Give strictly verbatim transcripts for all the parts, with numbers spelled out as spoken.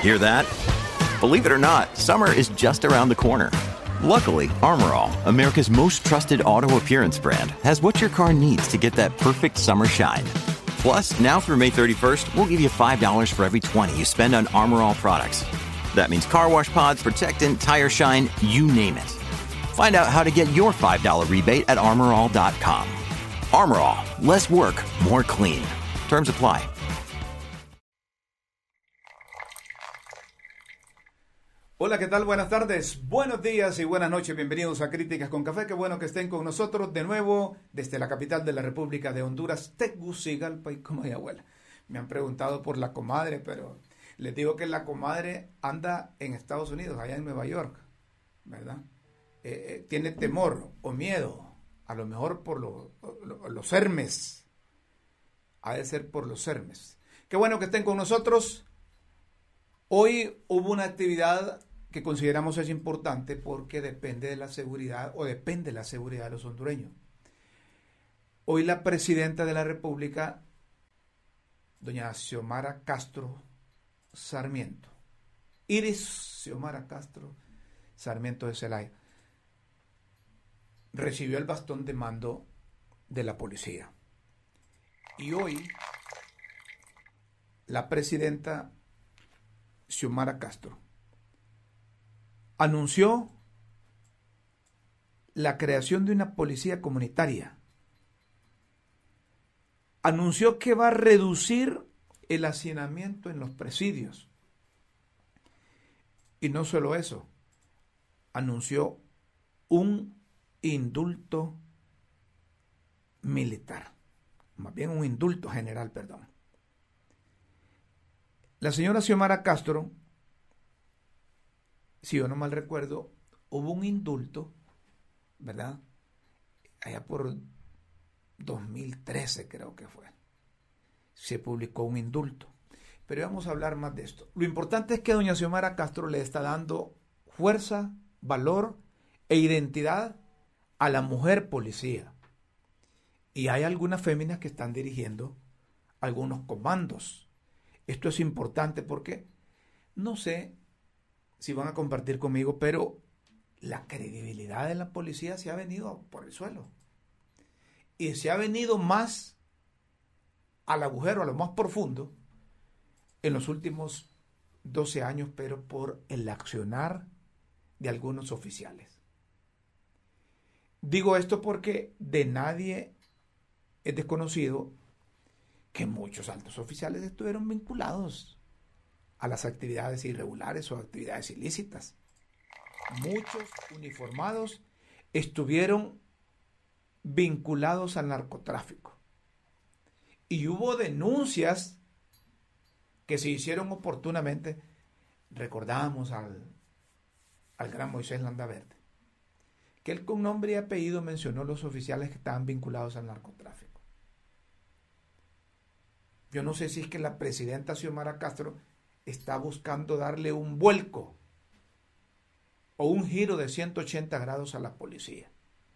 Hear that? Believe it or not, summer is just around the corner. Luckily, Armor All, America's most trusted auto appearance brand, has what your car needs to get that perfect summer shine. Plus, now through May thirty-first, we'll give you five dollars for every twenty you spend on Armor All products. That means car wash pods, protectant, tire shine, you name it. Find out how to get your five dollars rebate at armor all dot com. Armor All, less work, more clean. Terms apply. Hola, ¿qué tal? Buenas tardes, buenos días y buenas noches. Bienvenidos a Críticas con Café. Qué bueno que estén con nosotros de nuevo desde la capital de la República de Honduras, Tegucigalpa, y como mi abuela. Me han preguntado por la comadre, pero les digo que la comadre anda en Estados Unidos, allá en Nueva York, ¿verdad? Eh, eh, tiene temor o miedo, a lo mejor por lo, lo, los Hermes. Ha de ser por los Hermes. Qué bueno que estén con nosotros. Hoy hubo una actividad que consideramos es importante porque depende de la seguridad o depende de la seguridad de los hondureños. Hoy la presidenta de la República, doña Xiomara Castro Sarmiento, Iris Xiomara Castro Sarmiento de Zelaya, recibió el bastón de mando de la policía. Y hoy la presidenta Xiomara Castro anunció la creación de una policía comunitaria. Anunció que va a reducir el hacinamiento en los presidios. Y no solo eso, anunció un indulto militar, más bien un indulto general, perdón. La señora Xiomara Castro, si yo no mal recuerdo, hubo un indulto, ¿verdad? Allá por dos mil trece creo que fue. Se publicó un indulto. Pero vamos a hablar más de esto. Lo importante es que doña Xiomara Castro le está dando fuerza, valor e identidad a la mujer policía. Y hay algunas féminas que están dirigiendo algunos comandos. Esto es importante porque no sé si van a compartir conmigo, pero la credibilidad de la policía se ha venido por el suelo. Y se ha venido más al agujero, a lo más profundo, en los últimos doce años, pero por el accionar de algunos oficiales. Digo esto porque de nadie es desconocido que muchos altos oficiales estuvieron vinculados a las actividades irregulares o actividades ilícitas. Muchos uniformados estuvieron vinculados al narcotráfico. Y hubo denuncias que se hicieron oportunamente. Recordamos al, al gran Moisés Landaverde, que él con nombre y apellido mencionó los oficiales que estaban vinculados al narcotráfico. Yo no sé si es que la presidenta Xiomara Castro está buscando darle un vuelco o un giro de ciento ochenta grados a la policía.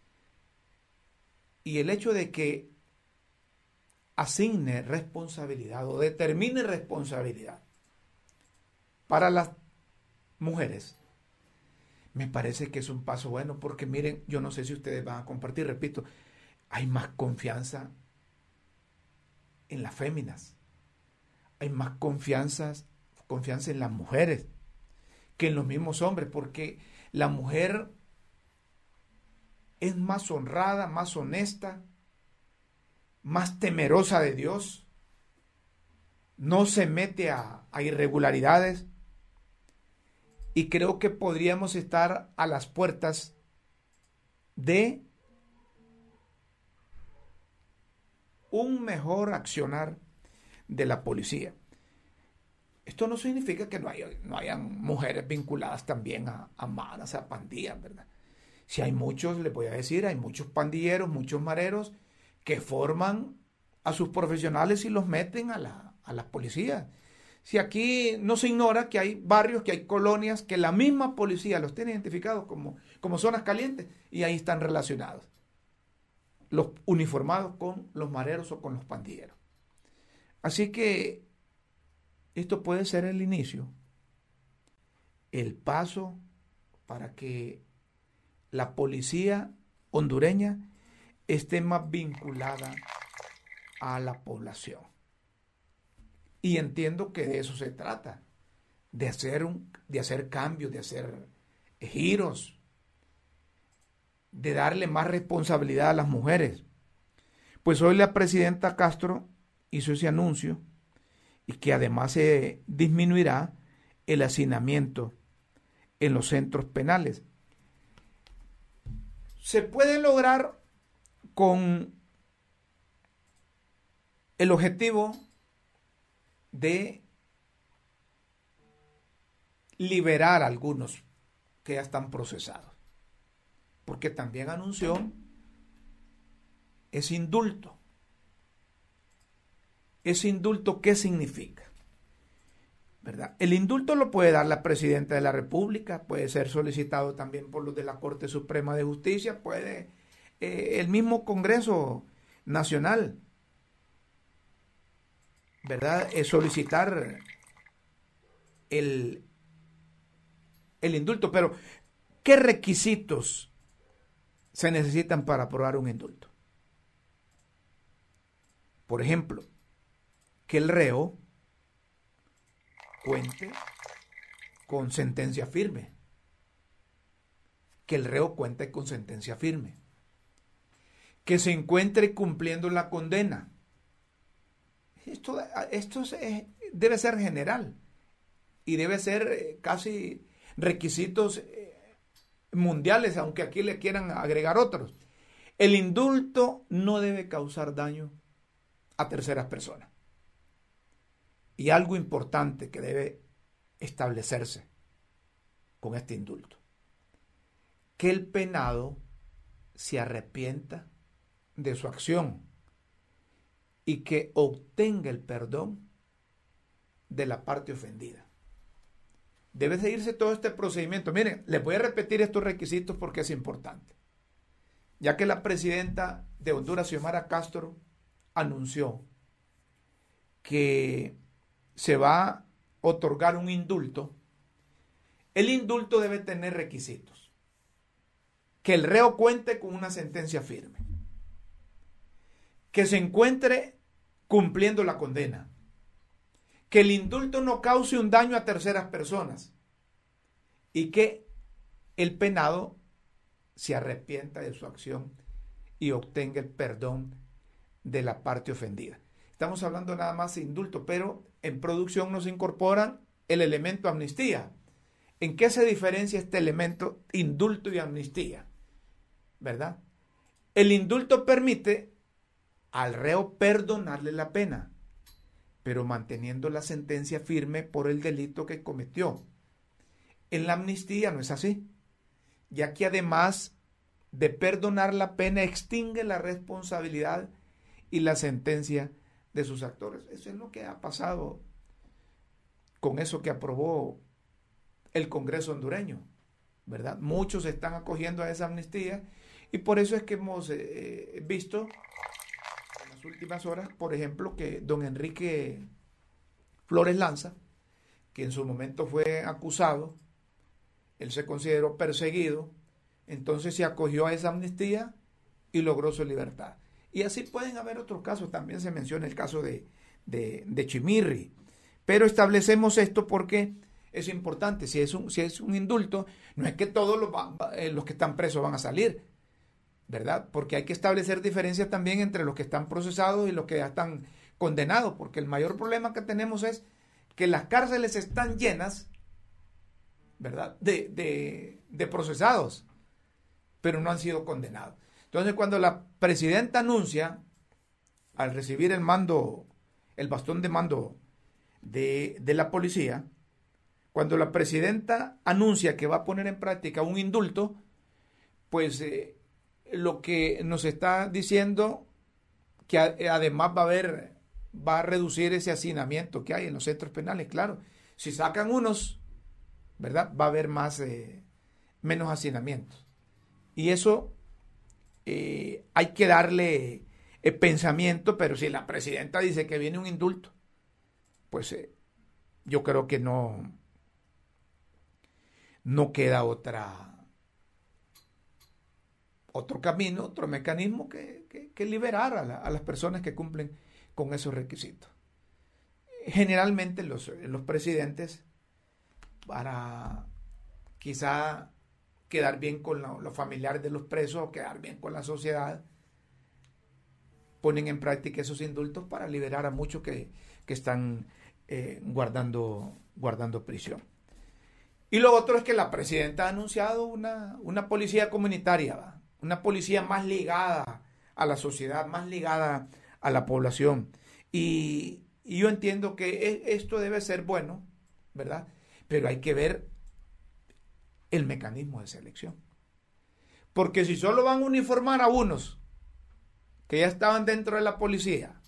Y el hecho de que asigne responsabilidad o determine responsabilidad para las mujeres, me parece que es un paso bueno, porque miren, yo no sé si ustedes van a compartir, repito, hay más confianza en las féminas, hay más confianza, confianza en las mujeres que en los mismos hombres, porque la mujer es más honrada, más honesta, más temerosa de Dios, no se mete a, a irregularidades, y creo que podríamos estar a las puertas de un mejor accionar de la policía. Esto no significa que no haya, no hayan mujeres vinculadas también a, a maras, a pandillas, ¿verdad? Si hay muchos, les voy a decir, hay muchos pandilleros, muchos mareros que forman a sus profesionales y los meten a la, a las policías. Si aquí no se ignora que hay barrios, que hay colonias, que la misma policía los tiene identificados como, como zonas calientes, y ahí están relacionados los uniformados con los mareros o con los pandilleros. Así que esto puede ser el inicio el paso para que la policía hondureña esté más vinculada a la población. Y entiendo que de eso se trata, de hacer, un, de hacer cambios, de hacer giros, de darle más responsabilidad a las mujeres. Pues hoy la presidenta Castro hizo ese anuncio y que además se disminuirá el hacinamiento en los centros penales. Se puede lograr con el objetivo de liberar a algunos que ya están procesados, porque también anunció ese indulto. ¿Ese indulto qué significa? ¿Verdad? El indulto lo puede dar la presidenta de la República, puede ser solicitado también por los de la Corte Suprema de Justicia, puede eh, el mismo Congreso Nacional, ¿verdad? Es solicitar el, el indulto. Pero, ¿qué requisitos se necesitan para aprobar un indulto? Por ejemplo, que el reo cuente con sentencia firme. Que el reo cuente con sentencia firme. Que se encuentre cumpliendo la condena. Esto, esto es, debe ser general y debe ser casi requisitos mundiales, aunque aquí le quieran agregar otros. El indulto no debe causar daño a terceras personas. Y algo importante que debe establecerse con este indulto: que el penado se arrepienta de su acción y que obtenga el perdón de la parte ofendida. Debe seguirse todo este procedimiento. Miren, les voy a repetir estos requisitos porque es importante. Ya que la presidenta de Honduras, Xiomara Castro, anunció que se va a otorgar un indulto, el indulto debe tener requisitos. Que el reo cuente con una sentencia firme. Que se encuentre cumpliendo la condena. Que el indulto no cause un daño a terceras personas. Y que el penado se arrepienta de su acción y obtenga el perdón de la parte ofendida. Estamos hablando nada más de indulto, pero en producción nos incorporan el elemento amnistía. ¿En qué se diferencia este elemento indulto y amnistía? ¿Verdad? El indulto permite al reo perdonarle la pena, pero manteniendo la sentencia firme por el delito que cometió. En la amnistía no es así, ya que además de perdonar la pena, extingue la responsabilidad y la sentencia de sus actores. Eso es lo que ha pasado con eso que aprobó el Congreso hondureño, ¿verdad? Muchos se están acogiendo a esa amnistía y por eso es que hemos eh, visto en las últimas horas, por ejemplo, que don Enrique Flores Lanza, que en su momento fue acusado, él se consideró perseguido, entonces se acogió a esa amnistía y logró su libertad. Y así pueden haber otros casos, también se menciona el caso de, de, de Chimirri. Pero establecemos esto porque es importante. Si es un, si es un indulto, no es que todos los, eh, los que están presos van a salir, ¿verdad? Porque hay que establecer diferencias también entre los que están procesados y los que ya están condenados, porque el mayor problema que tenemos es que las cárceles están llenas, ¿verdad?, de, de, de procesados, pero no han sido condenados. Entonces, cuando la presidenta anuncia, al recibir el mando, el bastón de mando de, de la policía, cuando la presidenta anuncia que va a poner en práctica un indulto, pues eh, lo que nos está diciendo que a, además va a haber, va a reducir ese hacinamiento que hay en los centros penales. Claro, si sacan unos, ¿verdad?, va a haber más, eh, menos hacinamientos. Y eso eh, hay que darle eh, pensamiento, pero si la presidenta dice que viene un indulto, pues eh, yo creo que no, no queda otra, otro camino, otro mecanismo que, que, que liberar a, la, a las personas que cumplen con esos requisitos. Generalmente los, los presidentes, para quizá quedar bien con la, los familiares de los presos o quedar bien con la sociedad, ponen en práctica esos indultos para liberar a muchos que, que están eh, guardando, guardando prisión. Y lo otro es que la presidenta ha anunciado una, una policía comunitaria, ¿va? Una policía más ligada a la sociedad, más ligada a la población. Y, y yo entiendo que esto debe ser bueno, ¿verdad? Pero hay que ver el mecanismo de selección. Porque si solo van a uniformar a unos que ya estaban dentro de la policía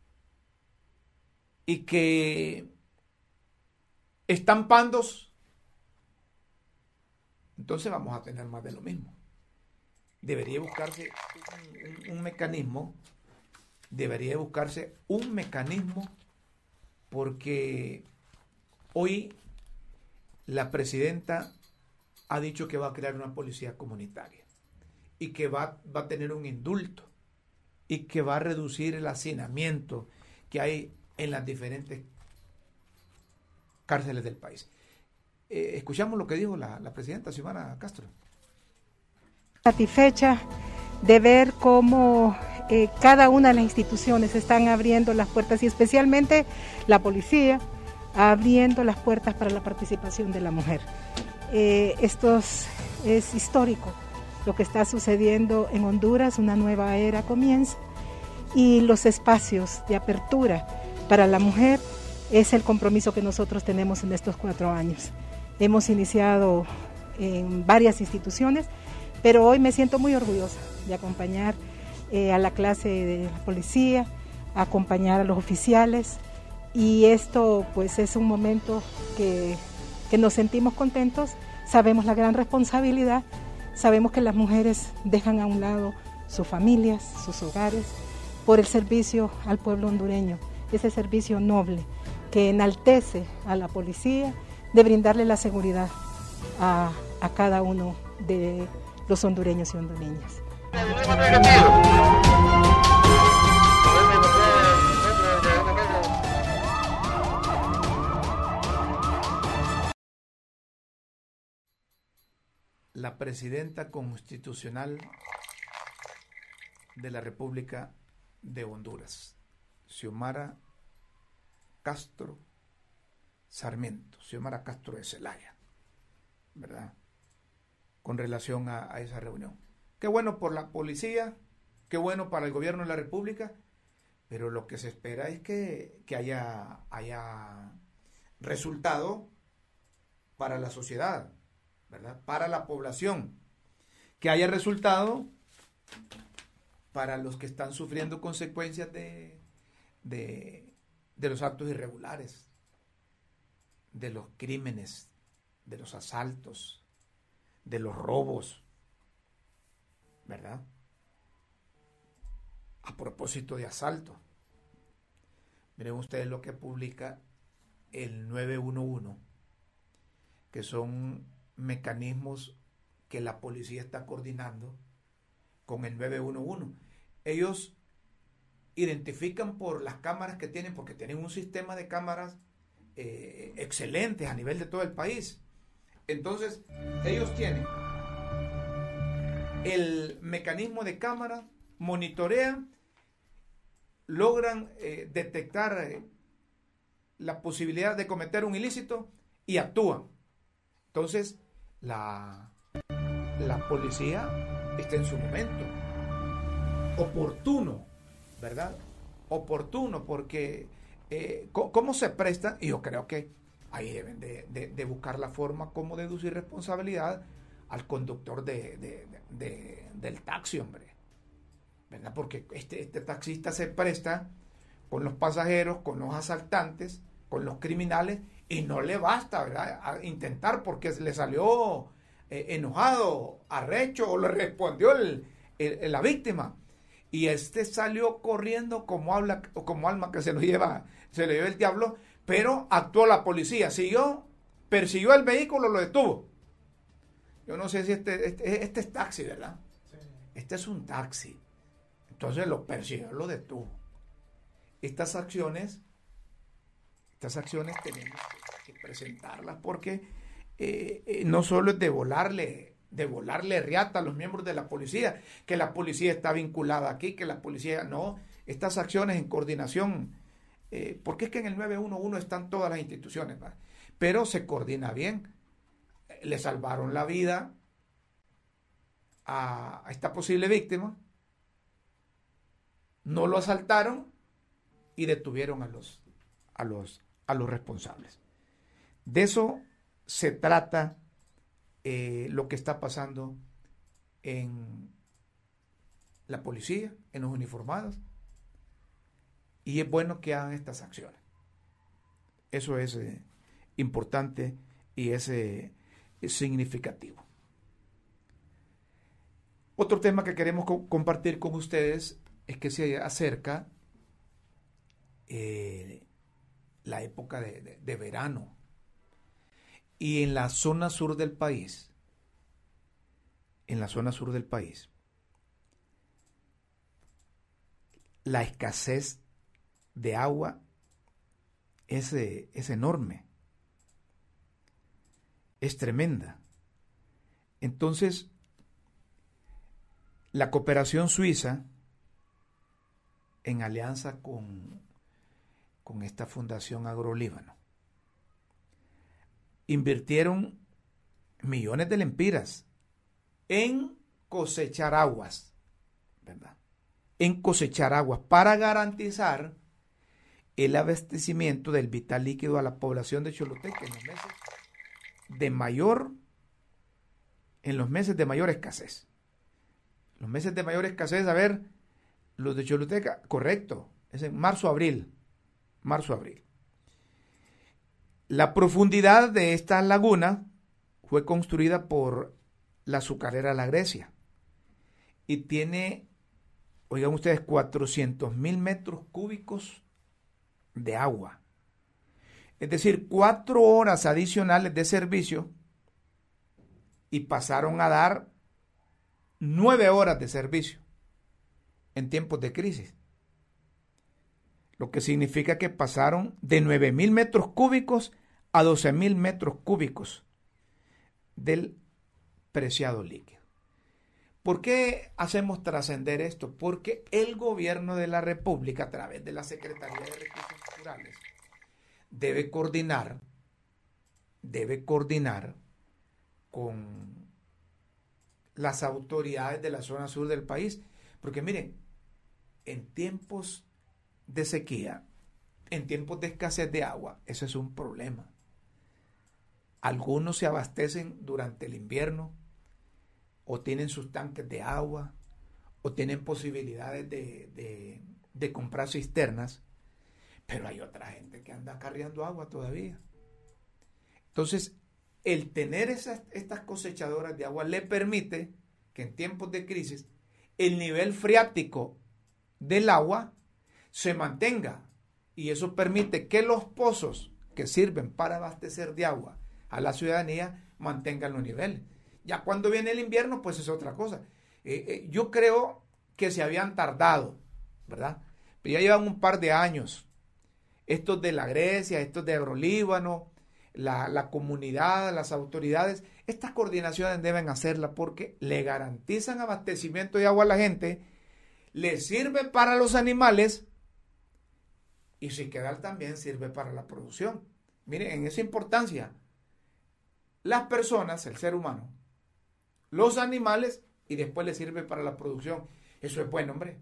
y que están pandos, entonces vamos a tener más de lo mismo. Debería buscarse un, un, un mecanismo, debería buscarse un mecanismo porque hoy la presidenta ha dicho que va a crear una policía comunitaria y que va, va a tener un indulto y que va a reducir el hacinamiento que hay en las diferentes cárceles del país. Eh, escuchamos lo que dijo la, la presidenta Xiomara Castro. Satisfecha de ver cómo eh, cada una de las instituciones están abriendo las puertas y especialmente la policía abriendo las puertas para la participación de la mujer. Eh, esto es, es histórico, lo que está sucediendo en Honduras, una nueva era comienza y los espacios de apertura para la mujer es el compromiso que nosotros tenemos en estos cuatro años. Hemos iniciado en varias instituciones, pero hoy me siento muy orgullosa de acompañar eh, a la clase de la policía, acompañar a los oficiales y esto pues es un momento que que nos sentimos contentos, sabemos la gran responsabilidad, sabemos que las mujeres dejan a un lado sus familias, sus hogares, por el servicio al pueblo hondureño, ese servicio noble que enaltece a la policía de brindarle la seguridad a, a cada uno de los hondureños y hondureñas. La presidenta constitucional de la República de Honduras, Xiomara Castro Sarmiento, Xiomara Castro de Zelaya, ¿verdad? Con relación a, a esa reunión. Qué bueno por la policía, qué bueno para el gobierno de la República, pero lo que se espera es que, que haya, haya resultado para la sociedad, ¿verdad? Para la población, que haya resultado para los que están sufriendo consecuencias de, de, de los actos irregulares, de los crímenes, de los asaltos, de los robos, ¿verdad? A propósito de asalto, miren ustedes lo que publica el nueve uno uno, que son mecanismos que la policía está coordinando con el nueve uno uno. Ellos identifican por las cámaras que tienen, porque tienen un sistema de cámaras eh, excelentes a nivel de todo el país. Entonces, ellos tienen el mecanismo de cámara, monitorean, logran eh, detectar eh, la posibilidad de cometer un ilícito y actúan. Entonces, la, la policía está en su momento oportuno, ¿verdad? Oportuno, porque eh, ¿cómo se presta? Y yo creo que ahí deben de, de, de buscar la forma como deducir responsabilidad al conductor de, de, de, de, del taxi, hombre, ¿verdad? Porque este, este taxista se presta con los pasajeros, con los asaltantes, con los criminales, y no le basta, ¿verdad?, a intentar porque le salió eh, enojado, arrecho, o le respondió el, el, la víctima. Y este salió corriendo como, habla, como alma que se lo lleva, se le lleva el diablo, pero actuó la policía, siguió, persiguió el vehículo, lo detuvo. yo no sé si este, este, este es taxi, ¿verdad? Sí. Este es un taxi. Entonces lo persiguió, lo detuvo. Estas acciones, estas acciones tenemos que presentarlas porque eh, eh, no solo es de volarle, de volarle riata a los miembros de la policía, que la policía está vinculada aquí, que la policía no, estas acciones en coordinación, eh, porque es que en el nueve uno uno están todas las instituciones, ¿verdad? Pero se coordina bien. Le salvaron la vida a, a esta posible víctima, no lo asaltaron y detuvieron a los, a los, a los responsables. De eso se trata eh, lo que está pasando en la policía, en los uniformados, y es bueno que hagan estas acciones. Eso es eh, importante y es, eh, es significativo. Otro tema que queremos co- compartir con ustedes es que se acerca eh, la época de, de, de verano. Y en la zona sur del país, en la zona sur del país, la escasez de agua es, es enorme, es tremenda. Entonces, la cooperación suiza, en alianza con, con esta Fundación Agrolíbano, invirtieron millones de lempiras en cosechar aguas, ¿verdad? En cosechar aguas para garantizar el abastecimiento del vital líquido a la población de Choluteca en los meses de mayor, en los meses de mayor escasez. Los meses de mayor escasez, a ver, los de Choluteca, correcto, es en marzo, abril, marzo, abril. La profundidad de esta laguna fue construida por la azucarera La Grecia y tiene, oigan ustedes, cuatrocientos mil metros cúbicos de agua. Es decir, cuatro horas adicionales de servicio y pasaron a dar nueve horas de servicio en tiempos de crisis. Lo que significa que pasaron de nueve mil metros cúbicos a doce mil metros cúbicos del preciado líquido. ¿Por qué hacemos trascender esto? Porque el gobierno de la República, a través de la Secretaría de Recursos Naturales, debe coordinar, debe coordinar con las autoridades de la zona sur del país. Porque miren, en tiempos de sequía, en tiempos de escasez de agua, eso es un problema. Algunos se abastecen durante el invierno, o tienen sus tanques de agua, o tienen posibilidades de, de, de comprar cisternas, pero hay otra gente que anda cargando agua todavía. Entonces, el tener esas, estas cosechadoras de agua le permite que en tiempos de crisis el nivel freático del agua se mantenga, y eso permite que los pozos que sirven para abastecer de agua a la ciudadanía mantengan los niveles. Ya cuando viene el invierno, pues es otra cosa. Eh, eh, yo creo que se habían tardado, ¿verdad? Pero ya llevan un par de años. Estos de la Grecia, estos de Agrolíbano, la, la comunidad, las autoridades, estas coordinaciones deben hacerlas porque le garantizan abastecimiento de agua a la gente, le sirve para los animales y si queda también sirve para la producción. Miren, en esa importancia, las personas, el ser humano, los animales y después le sirve para la producción. Eso es bueno, hombre.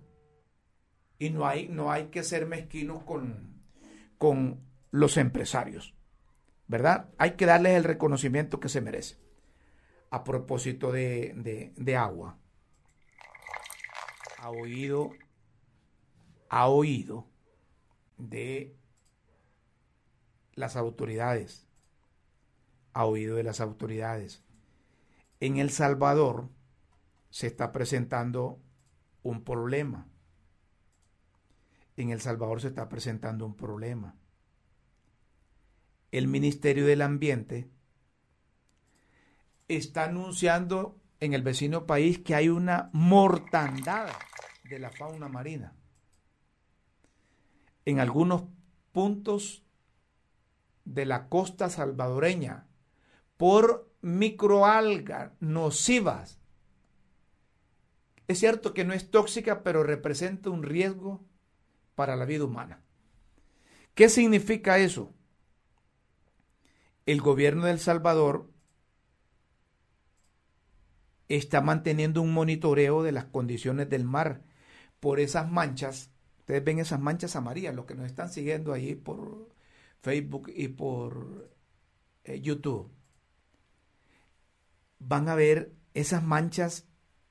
Y no hay, no hay que ser mezquinos con, con los empresarios, ¿verdad? Hay que darles el reconocimiento que se merece. A propósito de, de, de agua, ha oído, ha oído de las autoridades, ha oído de las autoridades. En El Salvador se está presentando un problema. En El Salvador se está presentando un problema. El Ministerio del Ambiente está anunciando en el vecino país que hay una mortandad de la fauna marina. En algunos puntos de la costa salvadoreña, por microalgas nocivas. Es cierto que no es tóxica, pero representa un riesgo para la vida humana. ¿Qué significa eso? El gobierno de El Salvador está manteniendo un monitoreo de las condiciones del mar por esas manchas. Ustedes ven esas manchas amarillas, los que nos están siguiendo ahí por Facebook y por eh, YouTube. Van a ver esas manchas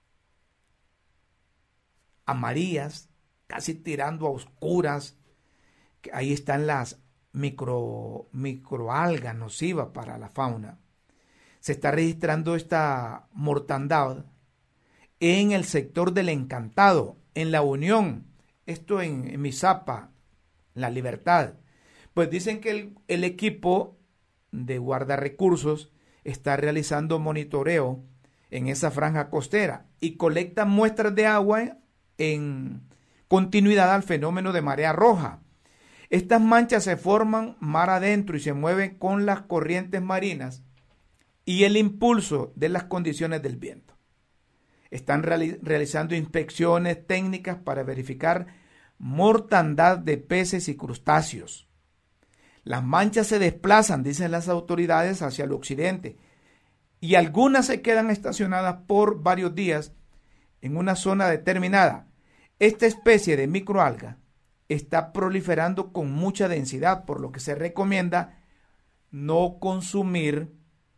amarillas, casi tirando a oscuras. Ahí están las micro, microalgas nocivas para la fauna. Se está registrando esta mortandad en el sector del Encantado, en La Unión, esto en, en Mizapa, La Libertad. Pues dicen que el, el equipo de guardarrecursos está realizando monitoreo en esa franja costera y colecta muestras de agua en continuidad al fenómeno de marea roja. Estas manchas se forman mar adentro y se mueven con las corrientes marinas y el impulso de las condiciones del viento. Están reali- realizando inspecciones técnicas para verificar mortandad de peces y crustáceos. Las manchas se desplazan, dicen las autoridades, hacia el occidente y algunas se quedan estacionadas por varios días en una zona determinada. Esta especie de microalga está proliferando con mucha densidad, por lo que se recomienda no consumir,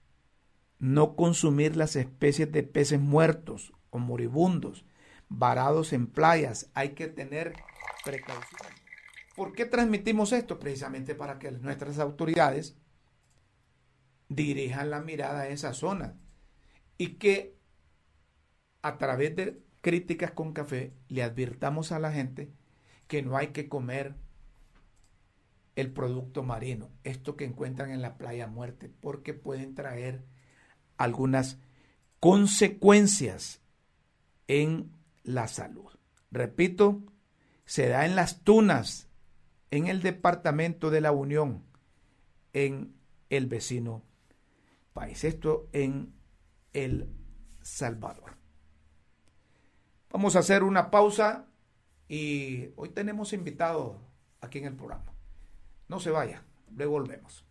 no consumir las especies de peces muertos o moribundos, varados en playas. Hay que tener precaución. ¿Por qué transmitimos esto? Precisamente para que nuestras autoridades dirijan la mirada a esa zona y que a través de Críticas con Café le advirtamos a la gente que no hay que comer el producto marino, esto que encuentran en la playa muerte, porque pueden traer algunas consecuencias en la salud. Repito, se da en Las Tunas, en el departamento de La Unión, en el vecino país. Esto en El Salvador. Vamos a hacer una pausa y hoy tenemos invitados aquí en el programa. No se vaya, luego volvemos.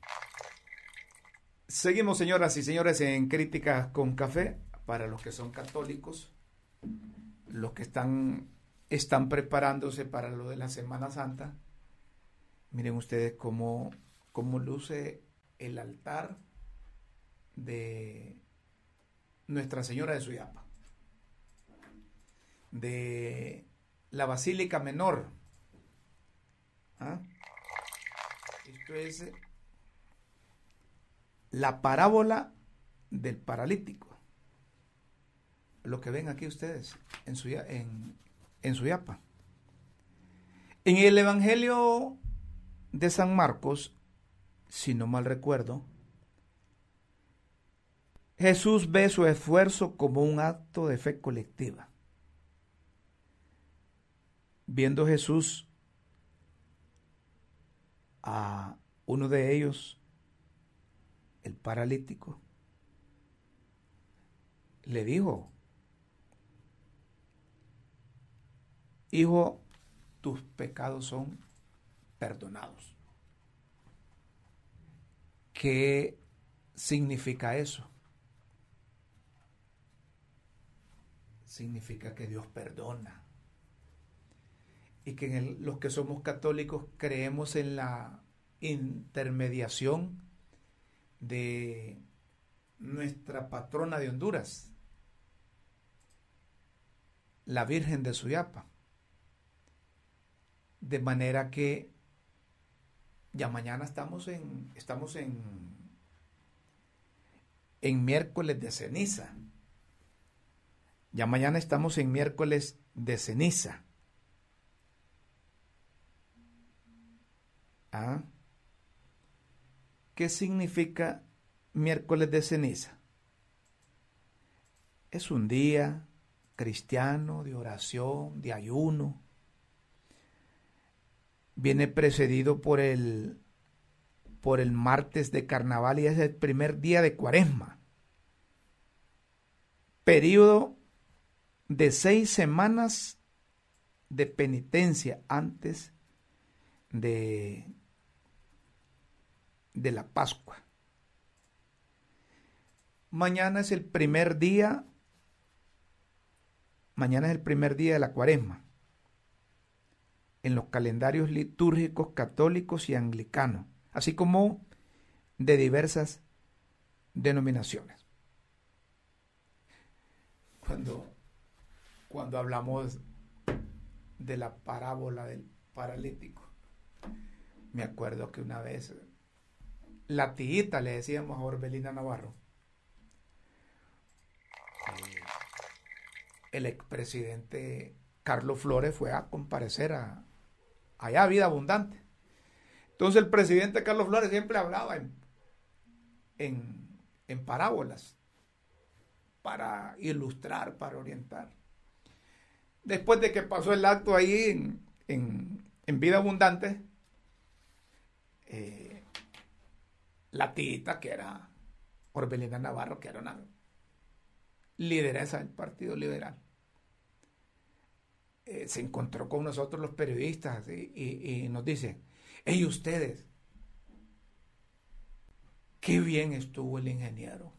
Seguimos, señoras y señores, en Críticas con Café. Para los que son católicos, los que están, están preparándose para lo de la Semana Santa, miren ustedes cómo, cómo luce el altar de Nuestra Señora de Suyapa, de la Basílica Menor. ¿Ah? Esto es la parábola del paralítico. Lo que ven aquí ustedes en, Suya, en, en Suyapa. En el Evangelio de San Marcos, si no mal recuerdo, Jesús ve su esfuerzo como un acto de fe colectiva. Viendo Jesús a uno de ellos, el paralítico, le dijo: hijo, tus pecados son perdonados. ¿Qué significa eso? Significa que Dios perdona. Y que en el, los que somos católicos creemos en la intermediación de nuestra patrona de Honduras, la Virgen de Suyapa. De manera que ya mañana estamos en estamos en en miércoles de ceniza. Ya mañana estamos en miércoles de ceniza. ¿Ah? ¿Qué significa miércoles de ceniza? Es un día cristiano de oración, de ayuno. Viene precedido por el, por el martes de carnaval y es el primer día de Cuaresma. Período de seis semanas de penitencia antes de, de la Pascua. Mañana es el primer día, mañana es el primer día de la Cuaresma en los calendarios litúrgicos católicos y anglicanos, así como de diversas denominaciones. Cuando, cuando hablamos de la parábola del paralítico, me acuerdo que una vez la tijita le decíamos a Orbelina Navarro, el expresidente Carlos Flores fue a comparecer a, allá a Vida Abundante. Entonces el presidente Carlos Flores siempre hablaba en, en, en parábolas para ilustrar, para orientar. Después de que pasó el acto ahí en, en, en Vida Abundante, eh, la tita, que era Orbelina Navarro, que era una lideresa del Partido Liberal, eh, se encontró con nosotros los periodistas y, y, y nos dice, hey, ustedes, qué bien estuvo el ingeniero.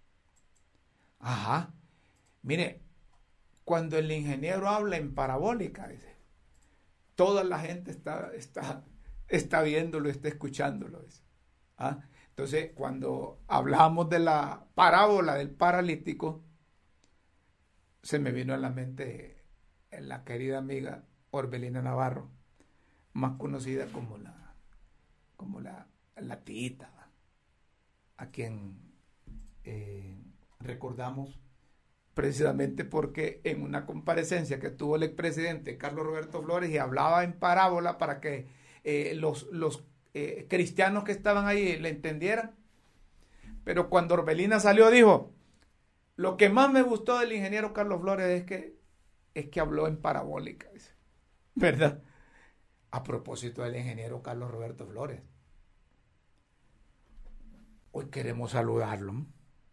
Ajá, mire, cuando el ingeniero habla en parabólica, dice, toda la gente está, está, está viéndolo, está escuchándolo. Dice. ¿Ah? Entonces, cuando hablamos de la parábola del paralítico, se me vino a la mente la querida amiga Orbelina Navarro, más conocida como la, como la, la tita, a quien eh, recordamos precisamente porque en una comparecencia que tuvo el expresidente Carlos Roberto Flores y hablaba en parábola para que eh, los, los eh, cristianos que estaban ahí le entendieran, pero cuando Orbelina salió dijo, lo que más me gustó del ingeniero Carlos Flores es que, es que habló en parabólica, ¿verdad? A propósito del ingeniero Carlos Roberto Flores, hoy queremos saludarlo.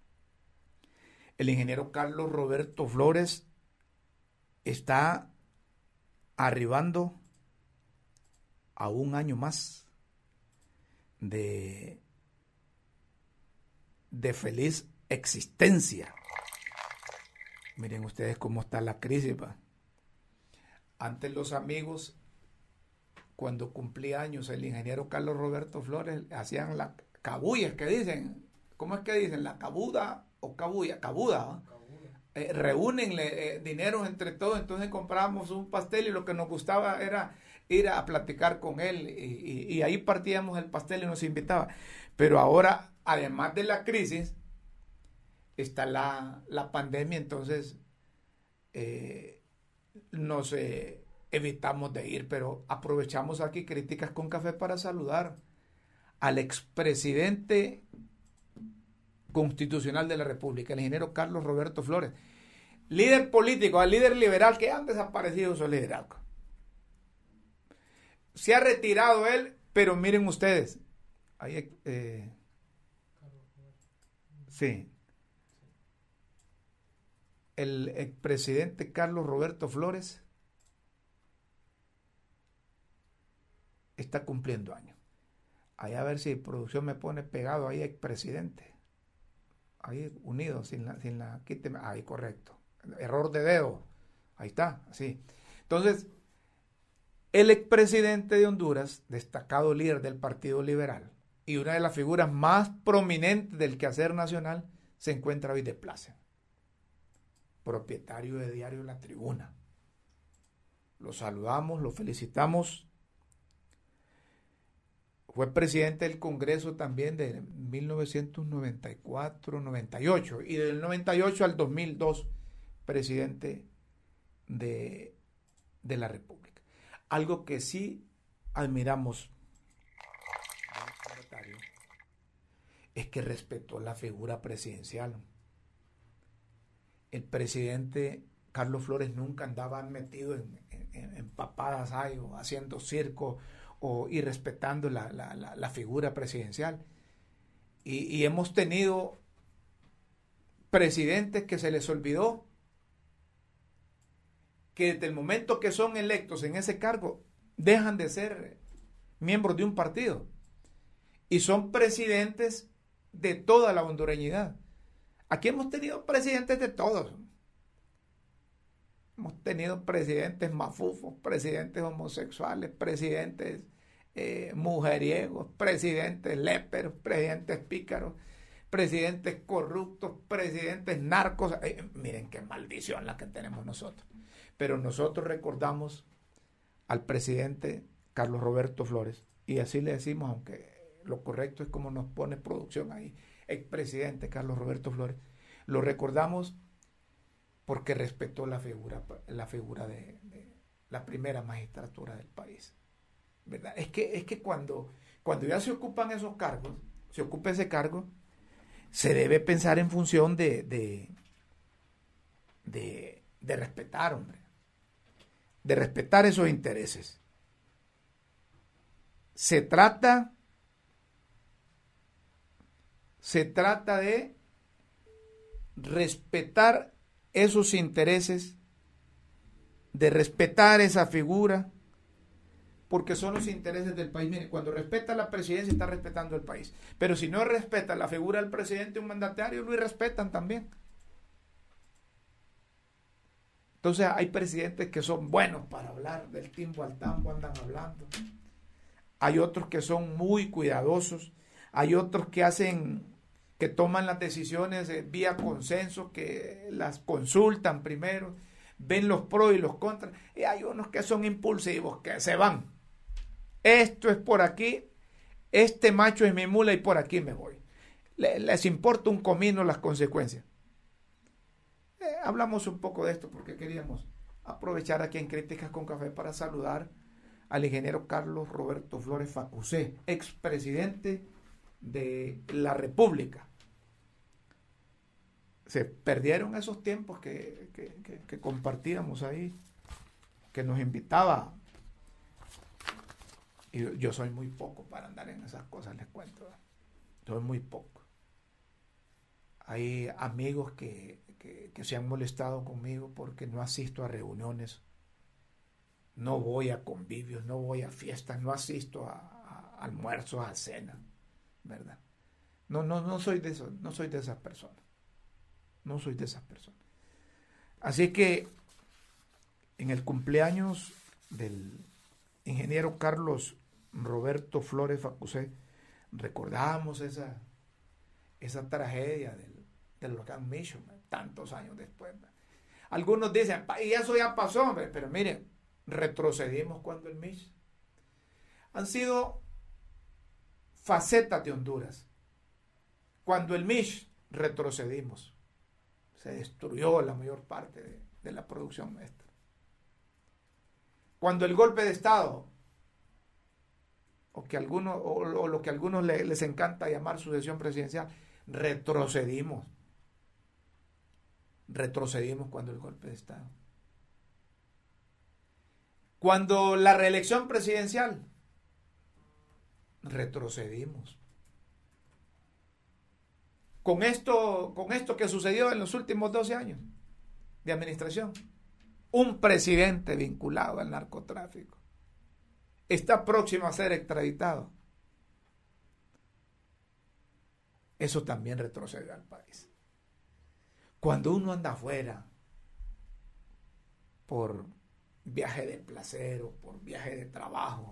El ingeniero Carlos Roberto Flores está arribando a un año más de, de feliz existencia. Miren ustedes cómo está la crisis, ¿va? Antes los amigos, cuando cumplía años el ingeniero Carlos Roberto Flores, hacían la cabullas que dicen, ¿cómo es que dicen? La cabuda o cabulla, cabuda, ¿eh? Eh, reúnenle eh, dinero entre todos, entonces comprábamos un pastel y lo que nos gustaba era ir a platicar con él y, y, y ahí partíamos el pastel y nos invitaba. Pero ahora, además de la crisis, está la, la pandemia, entonces eh, nos eh, evitamos de ir, pero aprovechamos aquí Críticas con Café para saludar al expresidente constitucional de la República, el ingeniero Carlos Roberto Flores, líder político, al líder liberal que han desaparecido su liderazgo. Se ha retirado él, pero miren ustedes, ahí, eh, sí, el expresidente Carlos Roberto Flores está cumpliendo años. Ahí a ver si producción me pone pegado ahí expresidente. Ahí unido, sin la, sin la quíteme, ahí correcto. Error de dedo. Ahí está, así. Entonces, el expresidente de Honduras, destacado líder del Partido Liberal y una de las figuras más prominentes del quehacer nacional, se encuentra hoy de plaza. Propietario de diario La Tribuna. Lo saludamos, lo felicitamos. Fue presidente del Congreso también de mil novecientos noventa y cuatro noventa y ocho y del noventa y ocho al dos mil dos presidente de, de la República. Algo que sí admiramos es que respetó la figura presidencial. el presidente Carlos Flores nunca andaba metido en, en, en papadas ahí, o haciendo circo o y respetando la, la, la, la figura presidencial. Y, y hemos tenido presidentes que se les olvidó que desde el momento que son electos en ese cargo dejan de ser miembros de un partido y son presidentes de toda la hondureñidad. Aquí hemos tenido presidentes de todos. Hemos tenido presidentes mafufos, presidentes homosexuales, presidentes eh, mujeriegos, presidentes léperos, presidentes pícaros, presidentes corruptos, presidentes narcos. Eh, miren qué maldición la que tenemos nosotros. Pero nosotros recordamos al presidente Carlos Roberto Flores, y así le decimos, aunque lo correcto es como nos pone producción ahí, expresidente Carlos Roberto Flores, lo recordamos porque respetó la figura, la figura de, de la primera magistratura del país, ¿verdad? Es que, es que cuando, cuando ya se ocupan esos cargos, se ocupa ese cargo, se debe pensar en función de, de, de, de respetar, hombre, de respetar esos intereses. Se trata, se trata de respetar esos intereses, de respetar esa figura, porque son los intereses del país. Mire, cuando respeta la presidencia está respetando el país, pero si no respeta la figura del presidente, un mandatario, lo irrespetan también. Entonces hay presidentes que son buenos para hablar, del timbo al tambo andan hablando. Hay otros que son muy cuidadosos, hay otros que hacen, que toman las decisiones vía consenso, que las consultan primero, ven los pros y los contras, y hay unos que son impulsivos, que se van. Esto es por aquí, este macho es mi mula y por aquí me voy. Les importa un comino las consecuencias. Eh, hablamos un poco de esto porque queríamos aprovechar aquí en Críticas con Café para saludar al ingeniero Carlos Roberto Flores Facusé, expresidente de la República. Se perdieron esos tiempos que, que, que, que compartíamos ahí, que nos invitaba. Y yo soy muy poco para andar en esas cosas, les cuento. Soy muy poco. Hay amigos que, que, que se han molestado conmigo porque no asisto a reuniones, no voy a convivios, no voy a fiestas, no asisto a, a almuerzos, a cenas, ¿verdad? No, no, no soy de eso, no soy de esas personas. No soy de esas personas. Así que en el cumpleaños del ingeniero Carlos Roberto Flores Facusé, recordamos esa, esa tragedia del, del huracán Mitchell, tantos años después. Algunos dicen, y eso ya pasó, pero miren, retrocedimos cuando el Mitchell. Han sido facetas de Honduras. Cuando el Mitchell, retrocedimos. Se destruyó la mayor parte de, de la producción nuestra. Cuando el golpe de Estado, o, que algunos, o, o lo que a algunos les, les encanta llamar sucesión presidencial, retrocedimos. Retrocedimos cuando el golpe de Estado. Cuando la reelección presidencial, retrocedimos. Con esto, con esto que sucedió en los últimos doce años de administración, un presidente vinculado al narcotráfico está próximo a ser extraditado. Eso también retrocede al país. Cuando uno anda afuera por viaje de placer o por viaje de trabajo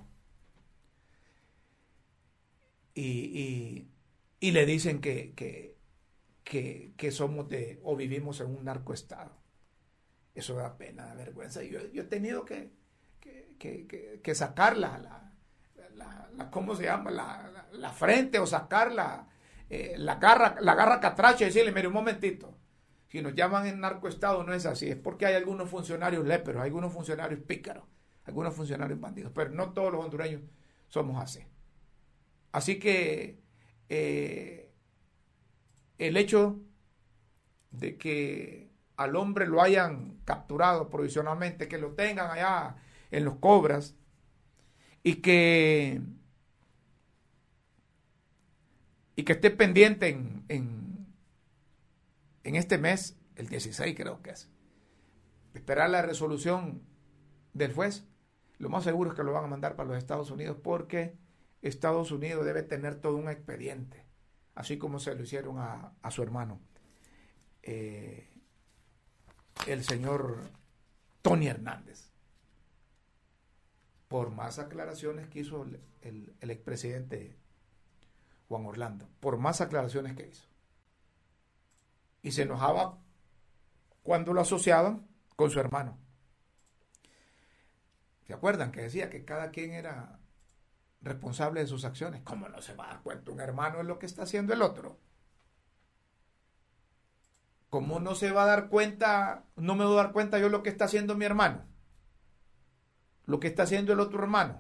y, y, y le dicen que, que, que, que somos de o vivimos en un narcoestado, eso da pena, da vergüenza. Yo, yo he tenido que, que, que, que, que sacar la, la, la, la, ¿cómo se llama? La, la, la frente o sacar la, eh, la garra, la garra catracha y decirle, mire, un momentito, si nos llaman en narcoestado no es así, es porque hay algunos funcionarios léperos, hay algunos funcionarios pícaros, algunos funcionarios bandidos, pero no todos los hondureños somos así. Así que eh, el hecho de que al hombre lo hayan capturado provisionalmente, que lo tengan allá en los Cobras y que y que esté pendiente en, en, en este mes, el dieciséis creo que es, esperar la resolución del juez. Lo más seguro es que lo van a mandar para los Estados Unidos, porque Estados Unidos debe tener todo un expediente, así como se lo hicieron a, a su hermano, eh, el señor Tony Hernández, por más aclaraciones que hizo el, el, el expresidente Juan Orlando, por más aclaraciones que hizo. Y se enojaba cuando lo asociaban con su hermano. ¿Se acuerdan que decía que cada quien era responsable de sus acciones? ¿Cómo no se va a dar cuenta un hermano de lo que está haciendo el otro? ¿Cómo no se va a dar cuenta, no me voy a dar cuenta yo lo que está haciendo mi hermano? Lo que está haciendo el otro hermano.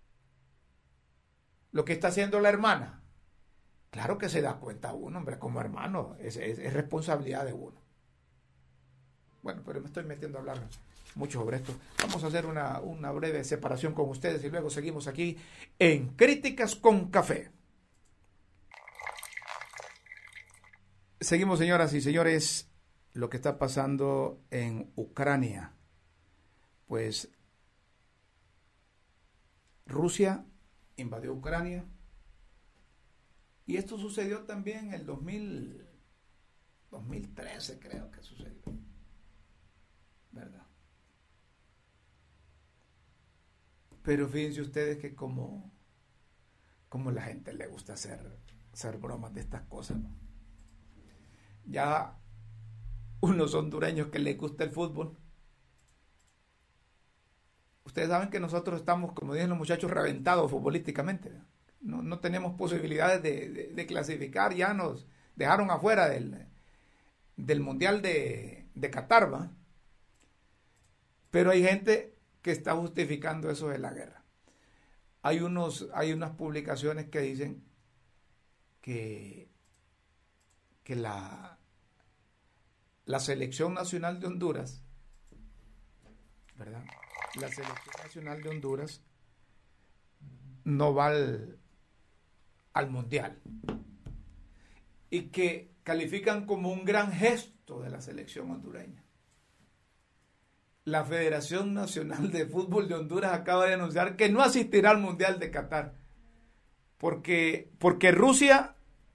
Lo que está haciendo la hermana. Claro que se da cuenta uno, hombre, como hermano. Es, es, es responsabilidad de uno. Bueno, pero me estoy metiendo a hablar mucho sobre esto. Vamos a hacer una, una breve separación con ustedes y luego seguimos aquí en Críticas con Café. Seguimos, señoras y señores, lo que está pasando en Ucrania. Pues Rusia invadió Ucrania y esto sucedió también en el dos mil, dos mil trece, creo que sucedió, ¿verdad? Pero fíjense ustedes que como, como la gente le gusta hacer, hacer bromas de estas cosas, ¿no? Ya unos hondureños que les gusta el fútbol. Ustedes saben que nosotros estamos, como dicen los muchachos, reventados futbolísticamente. No, no tenemos posibilidades de, de, de clasificar. Ya nos dejaron afuera del, del Mundial de, de Qatar, ¿va? Pero hay gente que está justificando eso de la guerra. Hay, unos, hay unas publicaciones que dicen que, que la, la selección nacional de Honduras, ¿verdad? La selección nacional de Honduras no va al, al mundial, y que califican como un gran gesto de la selección hondureña. La Federación Nacional de Fútbol de Honduras acaba de anunciar que no asistirá al Mundial de Qatar porque, porque Rusia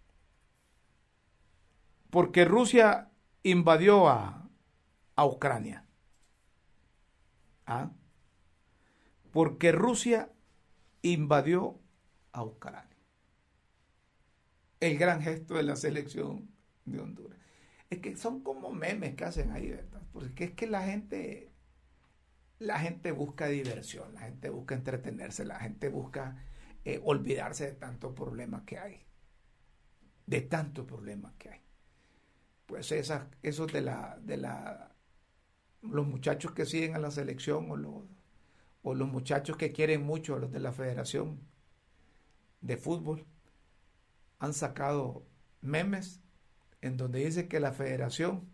porque Rusia invadió a, a Ucrania. ¿Ah? Porque Rusia invadió a Ucrania. El gran gesto de la selección de Honduras. Es que son como memes que hacen ahí, ¿verdad? Porque es que la gente, la gente busca diversión, la gente busca entretenerse, la gente busca eh, olvidarse de tantos problemas que hay. De tantos problemas que hay. Pues esas, esos de la, de la, los muchachos que siguen a la selección o los, o los muchachos que quieren mucho a los de la Federación de Fútbol han sacado memes en donde dice que la Federación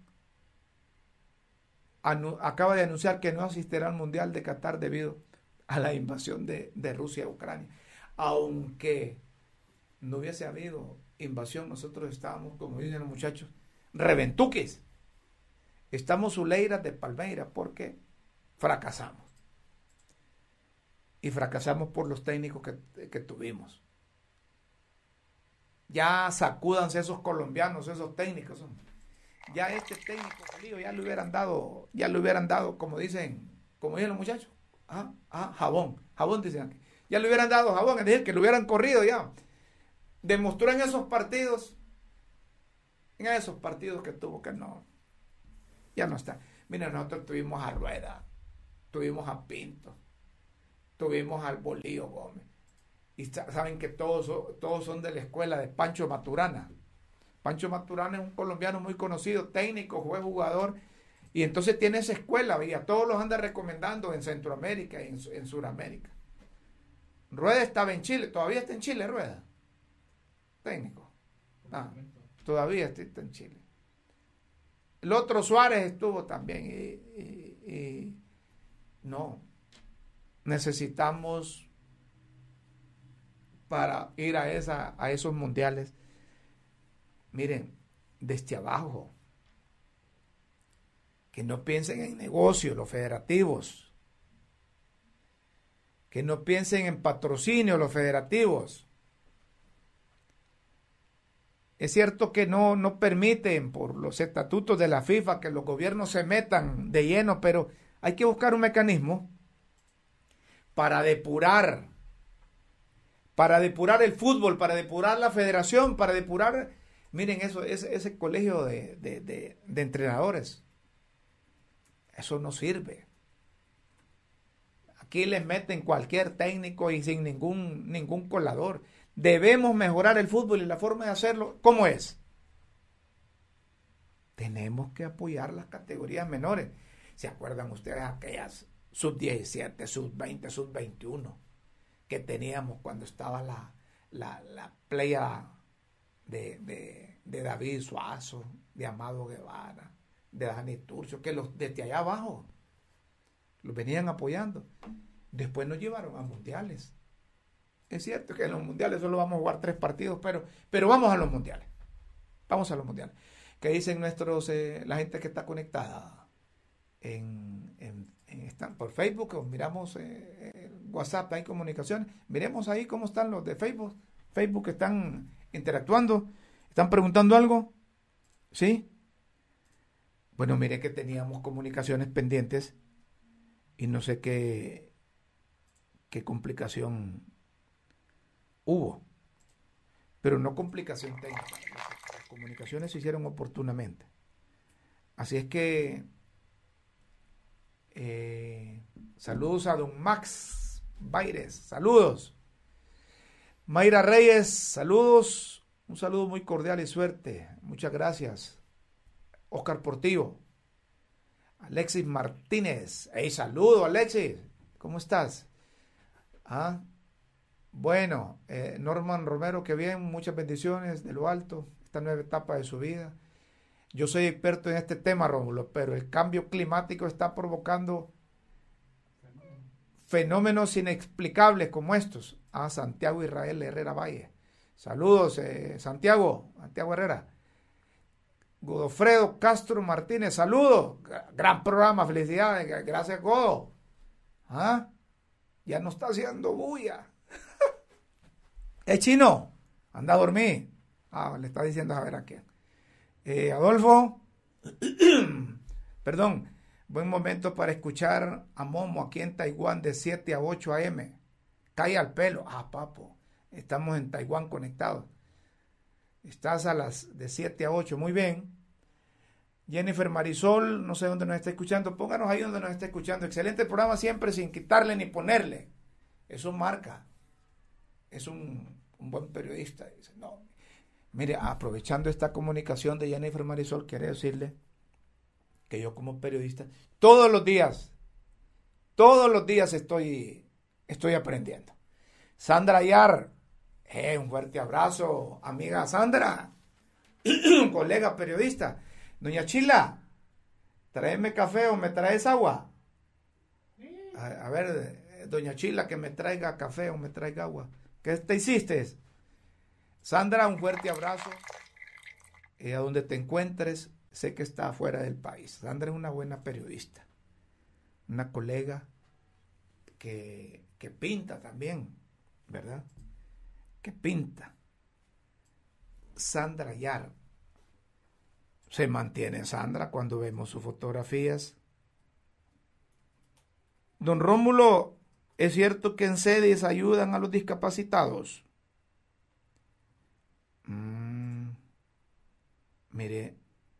anu, acaba de anunciar que no asistirá al Mundial de Qatar debido a la invasión de, de Rusia a Ucrania. Aunque no hubiese habido invasión, nosotros estábamos, como dicen los muchachos, reventuques. Estamos zuleiras de palmeira porque fracasamos. Y fracasamos por los técnicos que, que tuvimos. Ya sacúdanse esos colombianos, esos técnicos. Ya este técnico ya le hubieran dado, ya le hubieran dado, como dicen, como dicen los muchachos, ah, ah, jabón, jabón dicen aquí. Ya le hubieran dado jabón, es decir, que lo hubieran corrido ya. Demostró en esos partidos, en esos partidos que tuvo que no, ya no está. Mira, nosotros tuvimos a Rueda, tuvimos a Pinto, tuvimos al Bolío Gómez. Y saben que todos, todos son de la escuela de Pancho Maturana. Pancho Maturana es un colombiano muy conocido, técnico, fue jugador, y entonces tiene esa escuela, y a todos los anda recomendando en Centroamérica y en, en Sudamérica. Rueda estaba en Chile, todavía está en Chile, Rueda. Técnico. Ah, todavía está en Chile. El otro Suárez estuvo también. Y, y, y no. Necesitamos, para ir a, esa, a esos mundiales, miren, desde abajo. Que no piensen en negocios los federativos. Que no piensen en patrocinio los federativos. Es cierto que no, no permiten por los estatutos de la FIFA que los gobiernos se metan de lleno, pero hay que buscar un mecanismo para depurar, para depurar el fútbol, para depurar la federación, para depurar, miren eso, ese, ese colegio de, de, de, de entrenadores. Eso no sirve. Aquí les meten cualquier técnico y sin ningún, ningún colador. Debemos mejorar el fútbol y la forma de hacerlo, ¿cómo es? Tenemos que apoyar las categorías menores. ¿Se acuerdan ustedes aquellas sub diecisiete, sub veinte, sub veintiuno que teníamos cuando estaba la, la, la playa de, de, de David Suazo, de Amado Guevara, de Dani Turcio, que los desde allá abajo los venían apoyando? Después nos llevaron a mundiales. Es cierto que en los mundiales solo vamos a jugar tres partidos, pero, pero vamos a los mundiales. Vamos a los mundiales. ¿Qué dicen nuestros, eh, la gente que está conectada en, en, en están por Facebook? O miramos eh, WhatsApp, hay comunicaciones. Miremos ahí cómo están los de Facebook. Facebook están interactuando, están preguntando algo. ¿Sí? Bueno, mire que teníamos comunicaciones pendientes y no sé qué, qué complicación hubo, pero no complicación técnica. Las comunicaciones se hicieron oportunamente. Así es que eh, saludos a don Max Baires, saludos. Mayra Reyes, saludos, un saludo muy cordial y suerte, muchas gracias. Oscar Portillo, Alexis Martínez, hey, saludo Alexis, ¿cómo estás? Ah, bueno, eh, Norman Romero, que bien, muchas bendiciones de lo alto, esta nueva etapa de su vida. Yo soy experto en este tema, Rómulo, pero el cambio climático está provocando fenómenos inexplicables como estos. Ah, Santiago Israel Herrera Valle. Saludos, eh, Santiago, Santiago Herrera. Godofredo Castro Martínez, saludos. Gran programa, felicidades, gracias, Godo. ¿Ah? Ya no está haciendo bulla. ¿Es chino? Anda a dormir. Ah, le está diciendo a ver a quién. Eh, Adolfo, perdón, buen momento para escuchar a Momo aquí en Taiwán de siete a ocho a eme. Cae al pelo. Ah, papo, estamos en Taiwán conectados. Estás a las de siete a ocho, muy bien. Jennifer Marisol, no sé dónde nos está escuchando, pónganos ahí donde nos está escuchando. Excelente programa siempre sin quitarle ni ponerle. Eso marca. Es un, un buen periodista. Dice, no. Mire, aprovechando esta comunicación de Jennifer Marisol, quiero decirle que yo como periodista, todos los días, todos los días estoy, estoy aprendiendo. Sandra Ayar, eh, un fuerte abrazo, amiga Sandra, colega periodista. Doña Chila, tráeme café o me traes agua. A, a ver, doña Chila, que me traiga café o me traiga agua. ¿Qué te hiciste? Sandra, un fuerte abrazo. Eh, a donde te encuentres, sé que está fuera del país. Sandra es una buena periodista, una colega que, que pinta también, ¿verdad? Que pinta. Sandra Yar. Se mantiene Sandra cuando vemos sus fotografías. Don Rómulo, ¿es cierto que en sedes ayudan a los discapacitados? Mm, mire,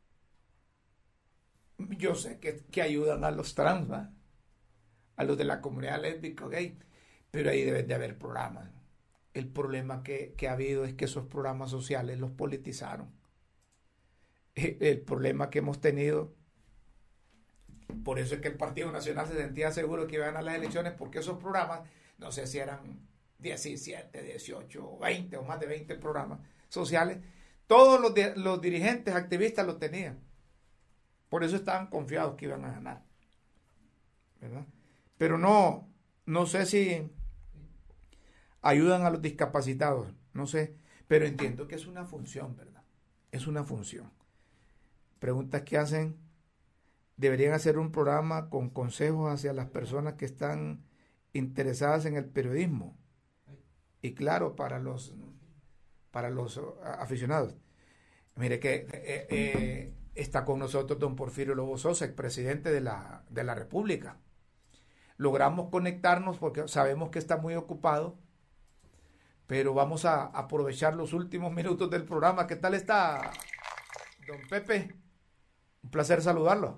yo sé que, que ayudan a los trans, ¿va? A los de la comunidad lésbica, gay, pero ahí deben de haber programas. El problema que, que ha habido es que esos programas sociales los politizaron. El problema que hemos tenido, por eso es que el Partido Nacional se sentía seguro que iban a ganar las elecciones, porque esos programas, no sé si eran diecisiete, dieciocho, veinte o más de veinte programas sociales, todos los, los dirigentes activistas los tenían. Por eso estaban confiados que iban a ganar, ¿verdad? Pero no, no sé si ayudan a los discapacitados, no sé, pero entiendo que es una función, ¿verdad? Es una función. Preguntas que hacen, deberían hacer un programa con consejos hacia las personas que están interesadas en el periodismo. Y claro, para los, para los aficionados. Mire que eh, eh, está con nosotros don Porfirio Lobo Sosa, expresidente de la, de la República. Logramos conectarnos porque sabemos que está muy ocupado, pero vamos a aprovechar los últimos minutos del programa. ¿Qué tal está, don Pepe? Un placer saludarlo.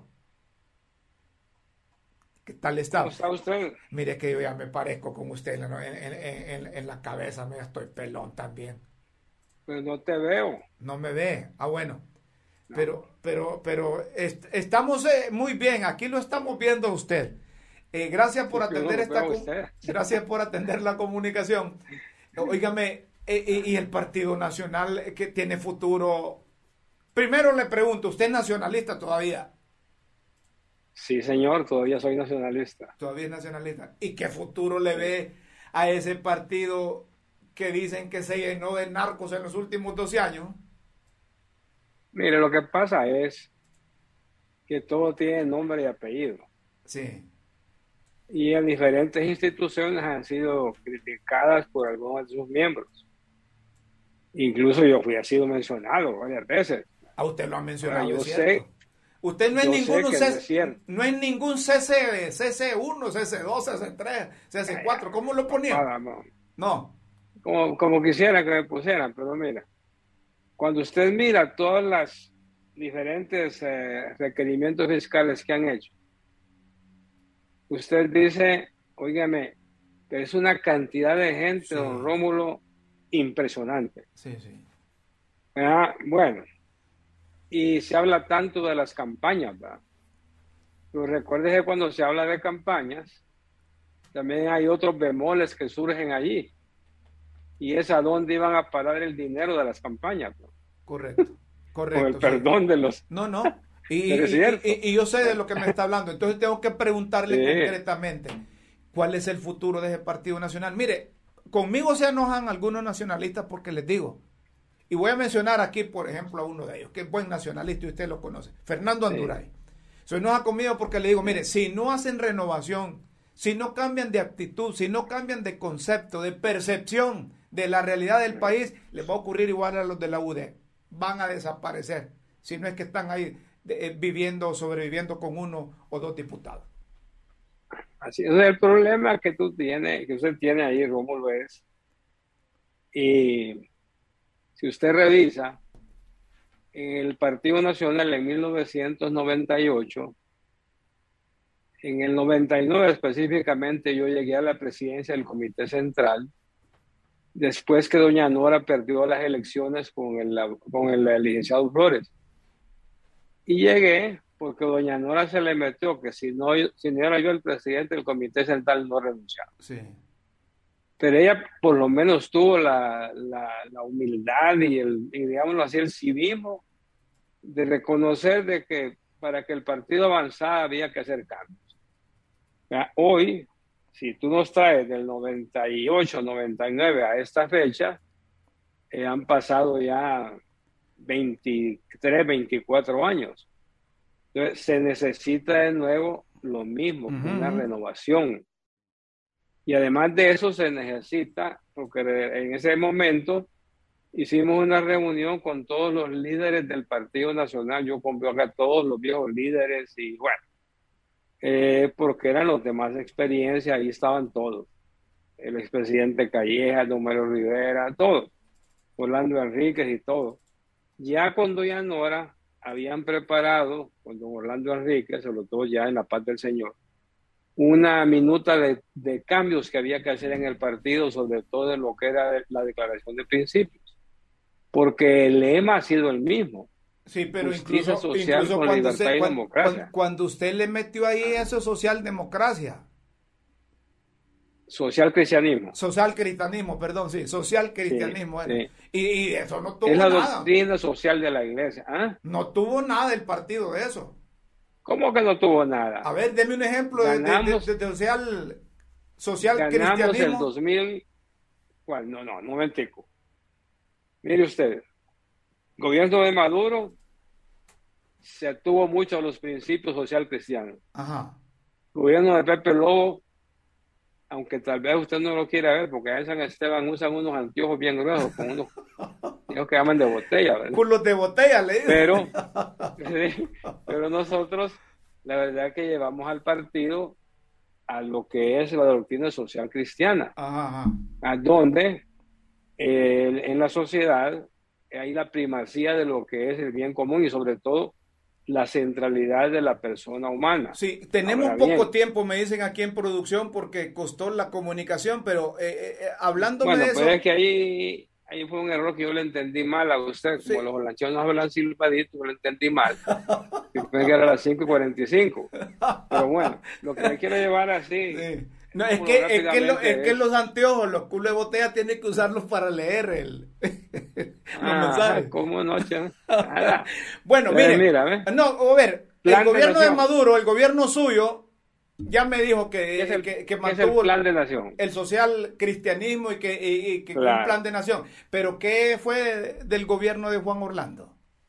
¿Qué tal está? ¿Cómo está usted? Mire que yo ya me parezco con usted en, en, en, en la cabeza, me estoy pelón también. Pues no te veo. No me ve. Ah, bueno. No. Pero, pero, pero est estamos eh, muy bien. Aquí lo estamos viendo a usted. Eh, gracias por Porque atender no esta. Gracias por atender la comunicación. Óigame, eh, y el Partido Nacional que tiene futuro. Primero le pregunto, ¿usted es nacionalista todavía? Sí, señor, todavía soy nacionalista. Todavía es nacionalista. ¿Y qué futuro le ve a ese partido que dicen que se llenó de narcos en los últimos doce años? Mire, lo que pasa es que todo tiene nombre y apellido. Sí. Y en diferentes instituciones han sido criticadas por algunos de sus miembros. Incluso yo fui, ha sido mencionado varias veces. A usted lo han mencionado, Ahora, yo es cierto. sé, usted no es yo ningún sé C C, no, no es ningún C C, C C uno, C C dos, C C tres, C C cuatro. ¿Cómo lo ponían? No, No. Como, como quisiera que me pusieran, pero mira, cuando usted mira todas las diferentes eh, requerimientos fiscales que han hecho, usted dice, óigame, que es una cantidad de gente, sí, don Rómulo, impresionante. Sí, sí. Ah, bueno, y se habla tanto de las campañas, ¿verdad? Pero recuerde que cuando se habla de campañas, también hay otros bemoles que surgen allí. Y es a dónde iban a parar el dinero de las campañas, ¿no? Correcto, correcto. Con el perdón sí. de los... No, no. Y, y, y, y yo sé de lo que me está hablando. Entonces tengo que preguntarle sí. concretamente cuál es el futuro de ese Partido Nacional. Mire, conmigo se enojan algunos nacionalistas porque les digo, y voy a mencionar aquí, por ejemplo, a uno de ellos, que es buen nacionalista y usted lo conoce, Fernando Anduray. Sí. Se enoja conmigo porque le digo, mire, si no hacen renovación, si no cambian de actitud, si no cambian de concepto, de percepción de la realidad del país, les va a ocurrir igual a los de la U D E. Van a desaparecer, si no es que están ahí de, eh, viviendo, sobreviviendo con uno o dos diputados. Así es, el problema que tú tienes, que usted tiene ahí, Rómulo, es, y si usted revisa, el Partido Nacional en mil novecientos noventa y ocho, en el noventa y nueve específicamente, yo llegué a la presidencia del Comité Central, después que doña Nora perdió las elecciones con el, con el, el licenciado Flores. Y llegué porque doña Nora se le metió que si no, si no era yo el presidente del Comité Central no renunciaba. Sí. Pero ella por lo menos tuvo la, la, la humildad y, el, y, digámoslo así, el civismo de reconocer de que para que el partido avanzara había que hacer cambios. ¿Ya? Hoy, si tú nos traes del noventa y ocho, noventa y nueve a esta fecha, eh, han pasado ya veintitrés, veinticuatro años. Entonces, se necesita de nuevo lo mismo, uh-huh. una renovación. Y además de eso se necesita, porque en ese momento hicimos una reunión con todos los líderes del Partido Nacional. Yo convoqué a todos los viejos líderes y bueno, Eh, porque eran los de más experiencia, ahí estaban todos. El expresidente Calleja, don Mario Rivera, todos. Orlando Enríquez y todo. Ya con doña Nora habían preparado, con don Orlando Enríquez, sobre todo ya en la paz del Señor, una minuta de, de cambios que había que hacer en el partido, sobre todo en lo que era la declaración de principios. Porque el lema ha sido el mismo. Sí, pero justicia incluso, social incluso con cuando, libertad usted, y cuando, democracia. Cuando usted le metió ahí eso, socialdemocracia. Social cristianismo. Social cristianismo, perdón, sí, social cristianismo. Sí, eh. sí. Y, y eso no tuvo es la nada. doctrina social de la iglesia. ¿Ah? No tuvo nada el partido de eso. ¿Cómo que no tuvo nada? A ver, deme un ejemplo de, ganamos, de, de, de social, social ganamos cristianismo. el dos mil, ¿cuál? No, no, un momentico. Mire usted, gobierno de Maduro se atuvo mucho a los principios social cristianos. Ajá. Gobierno de Pepe Lobo, aunque tal vez usted no lo quiera ver, porque en San Esteban usan unos anteojos bien gruesos, con unos ellos que llaman de botella, ¿verdad? Culos de botella, le dicen. Pero, pero nosotros, la verdad que llevamos al partido a lo que es la doctrina social cristiana, ajá, ajá. a donde eh, en la sociedad hay la primacía de lo que es el bien común y sobre todo la centralidad de la persona humana. Sí, tenemos Ahora poco bien, tiempo, me dicen aquí en producción, porque costó la comunicación, pero eh, eh, hablándome bueno, de eso... pues es que ahí, ahí fue un error que yo le entendí mal a usted, como sí. Los holandeses hablan silbadito, yo le entendí mal. Yo pensé que era las cinco y cuarenta y cinco. Pero bueno, lo que me quiero llevar así... Sí. No, es que, es, que lo, es que los anteojos, los culos de botella, tienen que usarlos para leer el, los ah, mensajes. ¿Cómo no? Bueno, mire, mira, no, a ver, plan el gobierno de, de Maduro, el gobierno suyo, ya me dijo que, es el, que, que mantuvo es el plan de nación, el social cristianismo y que, y, y que claro. un plan de nación. Pero ¿qué fue del gobierno de Juan Orlando?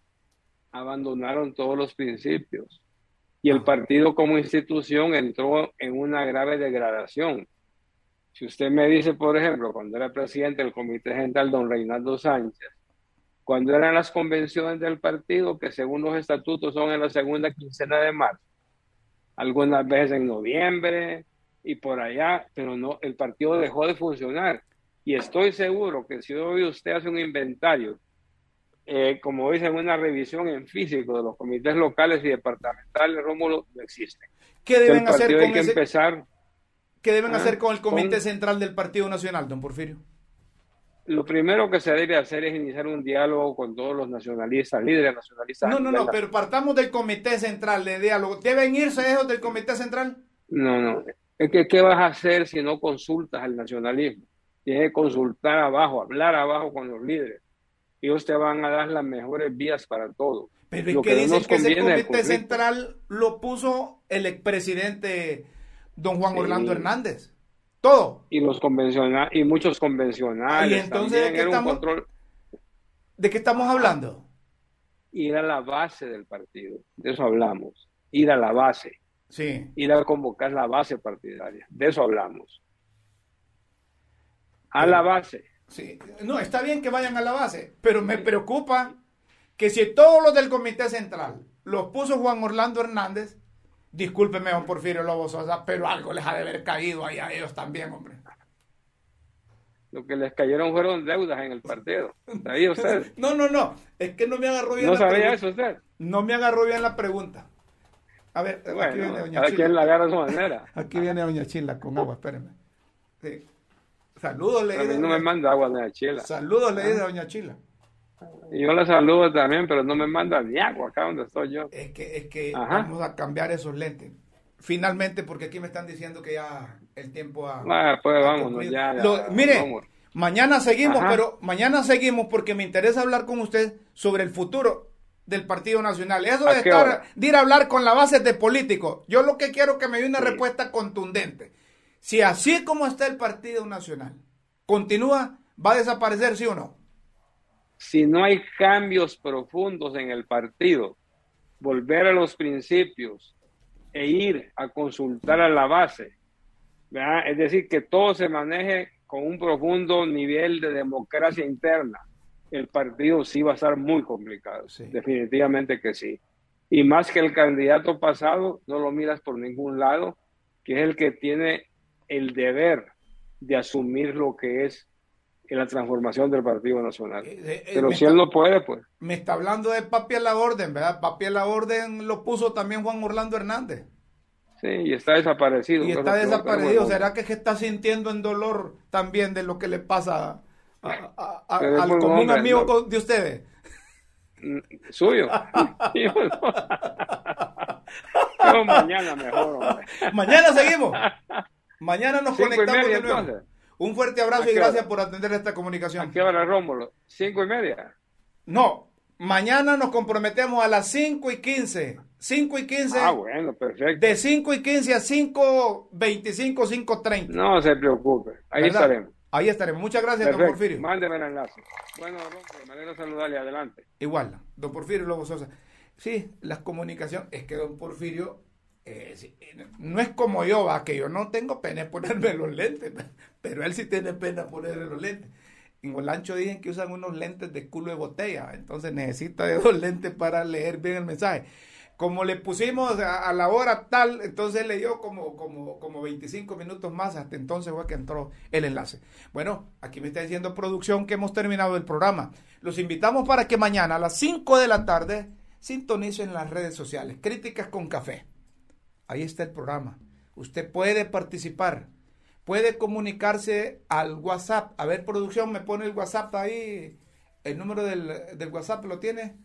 Abandonaron todos los principios. Y el partido como institución entró en una grave degradación. Si usted me dice, por ejemplo, cuando era presidente del Comité Central, don Reinaldo Sánchez, cuando eran las convenciones del partido, que según los estatutos son en la segunda quincena de marzo, algunas veces en noviembre y por allá, pero no, el partido dejó de funcionar. Y estoy seguro que si hoy usted hace un inventario, Eh, como dicen, una revisión en físico de los comités locales y departamentales, Rómulo, no existen. ¿Qué deben hacer con hay que ese, empezar, ¿qué deben ah, hacer con el Comité con, Central del Partido Nacional, don Porfirio? Lo primero que se debe hacer es iniciar un diálogo con todos los nacionalistas, líderes nacionalistas. No, no, no, pero partamos del Comité Central de diálogo. ¿Deben irse esos del Comité Central? No, no. Es que, ¿qué vas a hacer si no consultas al nacionalismo? Tienes que consultar abajo, hablar abajo con los líderes. Ellos te van a dar las mejores vías para todo. Pero es que, que dicen que ese comité central lo puso el expresidente don Juan sí. Orlando Hernández. Todo. Y los convencionales, y muchos convencionales. Y entonces, ¿de qué, estamos, control... ¿de qué estamos hablando? Ir a la base del partido. De eso hablamos. Ir a la base. Sí. Ir a convocar la base partidaria. De eso hablamos. A Pero... la base. Sí, no, está bien que vayan a la base, pero me preocupa que si todos los del Comité Central los puso Juan Orlando Hernández, discúlpeme, don Porfirio Lobo Sosa, pero algo les ha de haber caído ahí a ellos también, hombre. Lo que les cayeron fueron deudas en el partido. ¿Sabía usted? No, no, no, es que no me agarró bien ¿No la sabía pregunta. eso usted? No me agarró bien la pregunta. A ver, bueno, aquí viene doña cada Chila. quien la agarra a su manera. Aquí viene doña Chila con agua, espérenme. Sí. Saludos, le dice. A mí no me manda agua doña Chila. Saludos, le dice doña Chila. Y yo la saludo también, pero no me manda ni agua acá donde estoy yo. Es que, es que vamos a cambiar esos lentes. Finalmente, porque aquí me están diciendo que ya el tiempo ha... Ah, pues vámonos, ya, ya. Lo, mire, vamos. Mañana seguimos, Ajá. pero mañana seguimos porque me interesa hablar con usted sobre el futuro del Partido Nacional. Eso de, estar, de ir a hablar con la base de políticos. Yo lo que quiero es que me dé una sí. respuesta contundente. Si así como está el Partido Nacional, continúa, ¿va a desaparecer, sí o no? Si no hay cambios profundos en el partido, volver a los principios e ir a consultar a la base, ¿verdad? Es decir, que todo se maneje con un profundo nivel de democracia interna, el partido sí va a estar muy complicado, sí. Definitivamente que sí. Y más que el candidato pasado, no lo miras por ningún lado, que es el que tiene el deber de asumir lo que es la transformación del Partido Nacional. Eh, eh, Pero si está, él no puede, pues. Me está hablando de papi a la orden, ¿verdad? Papi a la orden lo puso también Juan Orlando Hernández. Sí, y está desaparecido. Y está desaparecido. Bueno. ¿Será que, que está sintiendo en dolor también de lo que le pasa a, a, a, al común hombre, amigo no. de ustedes? Suyo. Yo no. Pero mañana mejor, hombre. Mañana seguimos. Mañana nos Cinco conectamos media, de nuevo. Entonces. Un fuerte abrazo y gracias hora? por atender esta comunicación. ¿A qué hora, Rómulo? ¿Cinco y media? No, mañana nos comprometemos a las cinco y quince. cinco y quince. Ah, bueno, perfecto. De cinco y quince a cinco veinticinco, cinco treinta. No se preocupe, ahí ¿verdad? estaremos. Ahí estaremos. Muchas gracias, Perfecto. don Porfirio. Mándeme el enlace. Bueno, don, me alegro saludarle. Adelante. Igual, don Porfirio Lobo Sosa. Sí, las comunicaciones, es que don Porfirio eh, sí, no es como yo, va, que yo no tengo pena en ponerme los lentes, pero él sí tiene pena en ponerme los lentes. En Olancho dicen que usan unos lentes de culo de botella, entonces necesita de dos lentes para leer bien el mensaje. Como le pusimos a, a la hora tal, entonces le dio como, como, como veinticinco minutos más, hasta entonces fue que entró el enlace. Bueno, aquí me está diciendo producción que hemos terminado el programa. Los invitamos para que mañana a las cinco de la tarde sintonicen las redes sociales, Críticas con Café. Ahí está el programa. Usted puede participar, puede comunicarse al WhatsApp. A ver, producción, me pone el WhatsApp ahí, el número del, del WhatsApp, ¿lo tiene?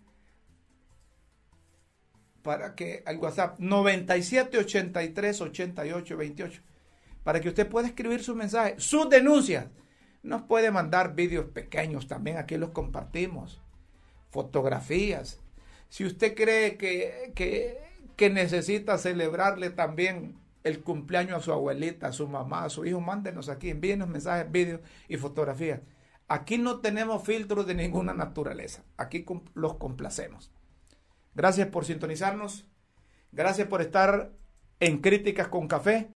Para que al WhatsApp noventa y siete, ochenta y tres, ochenta y ocho, veintiocho, para que usted pueda escribir su mensaje, sus denuncias. Nos puede mandar vídeos pequeños también, aquí los compartimos, fotografías. Si usted cree que, que, que necesita celebrarle también el cumpleaños a su abuelita, a su mamá, a su hijo, mándenos aquí, envíenos mensajes, vídeos y fotografías. Aquí no tenemos filtros de ninguna naturaleza, aquí los complacemos. Gracias por sintonizarnos. Gracias por estar en Críticas con Café.